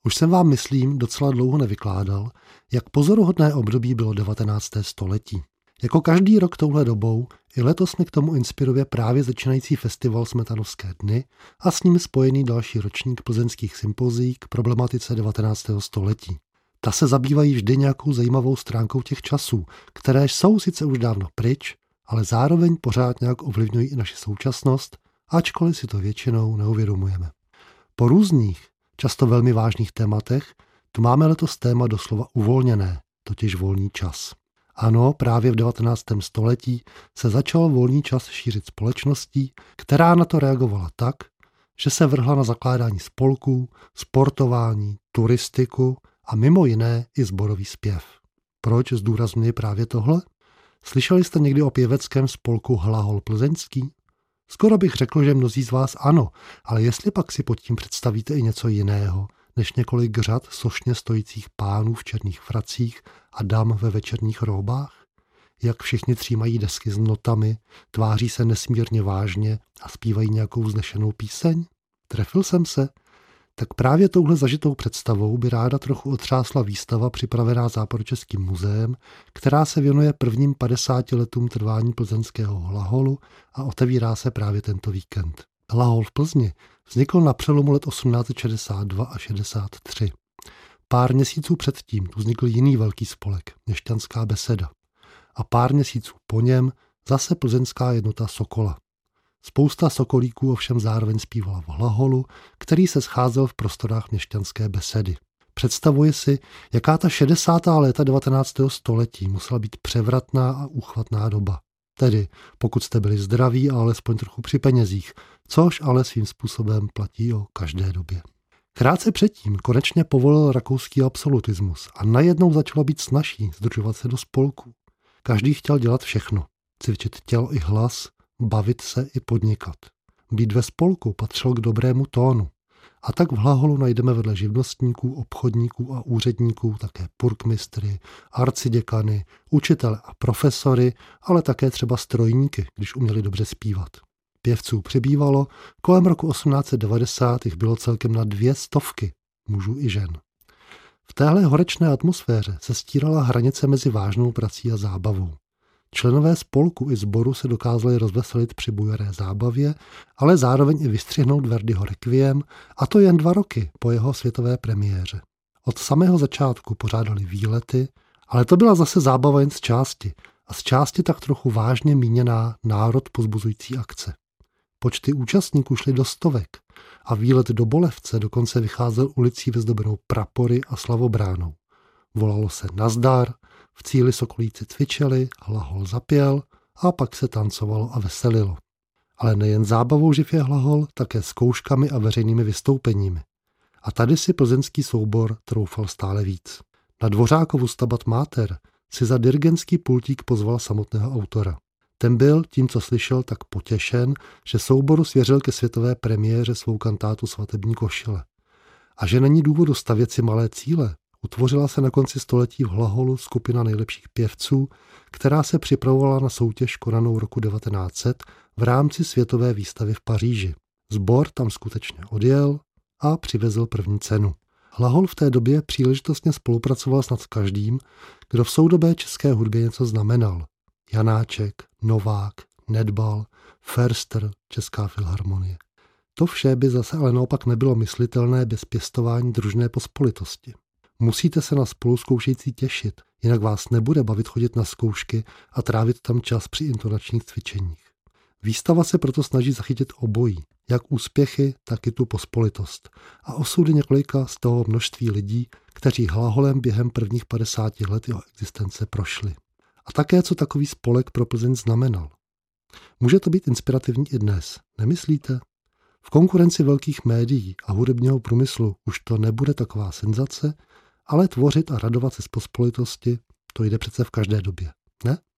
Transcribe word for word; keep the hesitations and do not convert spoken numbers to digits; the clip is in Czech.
Už jsem vám, myslím, docela dlouho nevykládal, jak pozoruhodné období bylo devatenácté století. Jako každý rok touhle dobou i letos mě k tomu inspiruje právě začínající festival Smetanovské dny a s ním spojený další ročník plzeňských sympozí k problematice devatenáctého století. Ta se zabývají vždy nějakou zajímavou stránkou těch časů, které jsou sice už dávno pryč, ale zároveň pořád nějak ovlivňují i naši současnost, ačkoliv si to většinou neuvědomujeme. Po různých, často velmi vážných tématech tu máme letos téma doslova uvolněné, totiž volný čas. Ano, právě v devatenáctém století se začal volný čas šířit společností, která na to reagovala tak, že se vrhla na zakládání spolků, sportování, turistiku a mimo jiné i sborový zpěv. Proč zdůrazňuji právě tohle? Slyšeli jste někdy o pěveckém spolku Hlahol plzeňský? Skoro bych řekl, že mnozí z vás ano, ale jestli pak si pod tím představíte i něco jiného, než několik řad sošně stojících pánů v černých fracích a dam ve večerních róbách? Jak všichni třímají desky s notami, tváří se nesmírně vážně a zpívají nějakou vznešenou píseň? Trefil jsem se? Tak právě touhle zažitou představou by ráda trochu otřásla výstava připravená Západočeským muzeem, která se věnuje prvním padesáti letům trvání plzeňského Hlaholu a otevírá se právě tento víkend. Hlahol v Plzni vznikl na přelomu let osmnáct set šedesát dva a šedesát tři. Pár měsíců předtím tu vznikl jiný velký spolek, Měšťanská beseda. A pár měsíců po něm zase plzeňská jednota Sokola. Spousta sokolíků ovšem zároveň zpívala v Hlaholu, který se scházel v prostorách Měšťanské besedy. Představuji si, jaká ta šedesátá léta devatenáctého století musela být převratná a úchvatná doba. Tedy, pokud jste byli zdraví a alespoň trochu při penězích, což ale svým způsobem platí o každé době. Krátce předtím konečně povolil rakouský absolutismus a najednou začalo být snazší sdružovat se do spolků. Každý chtěl dělat všechno, cvičit tělo i hlas, bavit se i podnikat. Být ve spolku patřilo k dobrému tónu. A tak v Hlaholu najdeme vedle živnostníků, obchodníků a úředníků také purkmistry, arciděkany, učitele a profesory, ale také třeba strojníky, když uměli dobře zpívat. Pěvců přibývalo, kolem roku osmnáct set devadesát jich bylo celkem na dvě stovky, mužů i žen. V téhle horečné atmosféře se stírala hranice mezi vážnou prací a zábavou. Členové spolku i sboru se dokázali rozveselit při bujaré zábavě, ale zároveň i vystřihnout Verdiho Requiem, a to jen dva roky po jeho světové premiéře. Od samého začátku pořádali výlety, ale to byla zase zábava jen z části a z části tak trochu vážně míněná národ pozbuzující akce. Počty účastníků šly do stovek a výlet do Bolevce dokonce vycházel ulicí vyzdobenou prapory a slavobránou. Volalo se nazdar, v cíli sokolíci cvičeli, Hlahol zapěl a pak se tancovalo a veselilo. Ale nejen zábavou živ je Hlahol, také zkouškami a veřejnými vystoupeními. A tady si plzeňský soubor troufal stále víc. Na Dvořákovu Stabat Mater si za dirigentský pultík pozval samotného autora. Ten byl tím, co slyšel, tak potěšen, že souboru svěřil ke světové premiéře svou kantátu Svatební košile. A že není důvodu stavět si malé cíle, utvořila se na konci století v Hlaholu skupina nejlepších pěvců, která se připravovala na soutěž konanou roku devatenáct set v rámci světové výstavy v Paříži. Sbor tam skutečně odjel a přivezl první cenu. Hlahol v té době příležitostně spolupracoval snad s každým, kdo v soudobé české hudbě něco znamenal. Janáček, Novák, Nedbal, Förster, Česká filharmonie. To vše by zase ale naopak nebylo myslitelné bez pěstování družné pospolitosti. Musíte se na spoluzkoušející těšit, jinak vás nebude bavit chodit na zkoušky a trávit tam čas při intonačních cvičeních. Výstava se proto snaží zachytit obojí, jak úspěchy, tak i tu pospolitost a osudy několika z toho množství lidí, kteří Hlaholem během prvních padesáti let jeho existence prošli. A také, co takový spolek pro Plzeň znamenal. Může to být inspirativní i dnes, nemyslíte? V konkurenci velkých médií a hudebního průmyslu už to nebude taková senzace, ale tvořit a radovat se z pospolitosti, to jde přece v každé době, ne?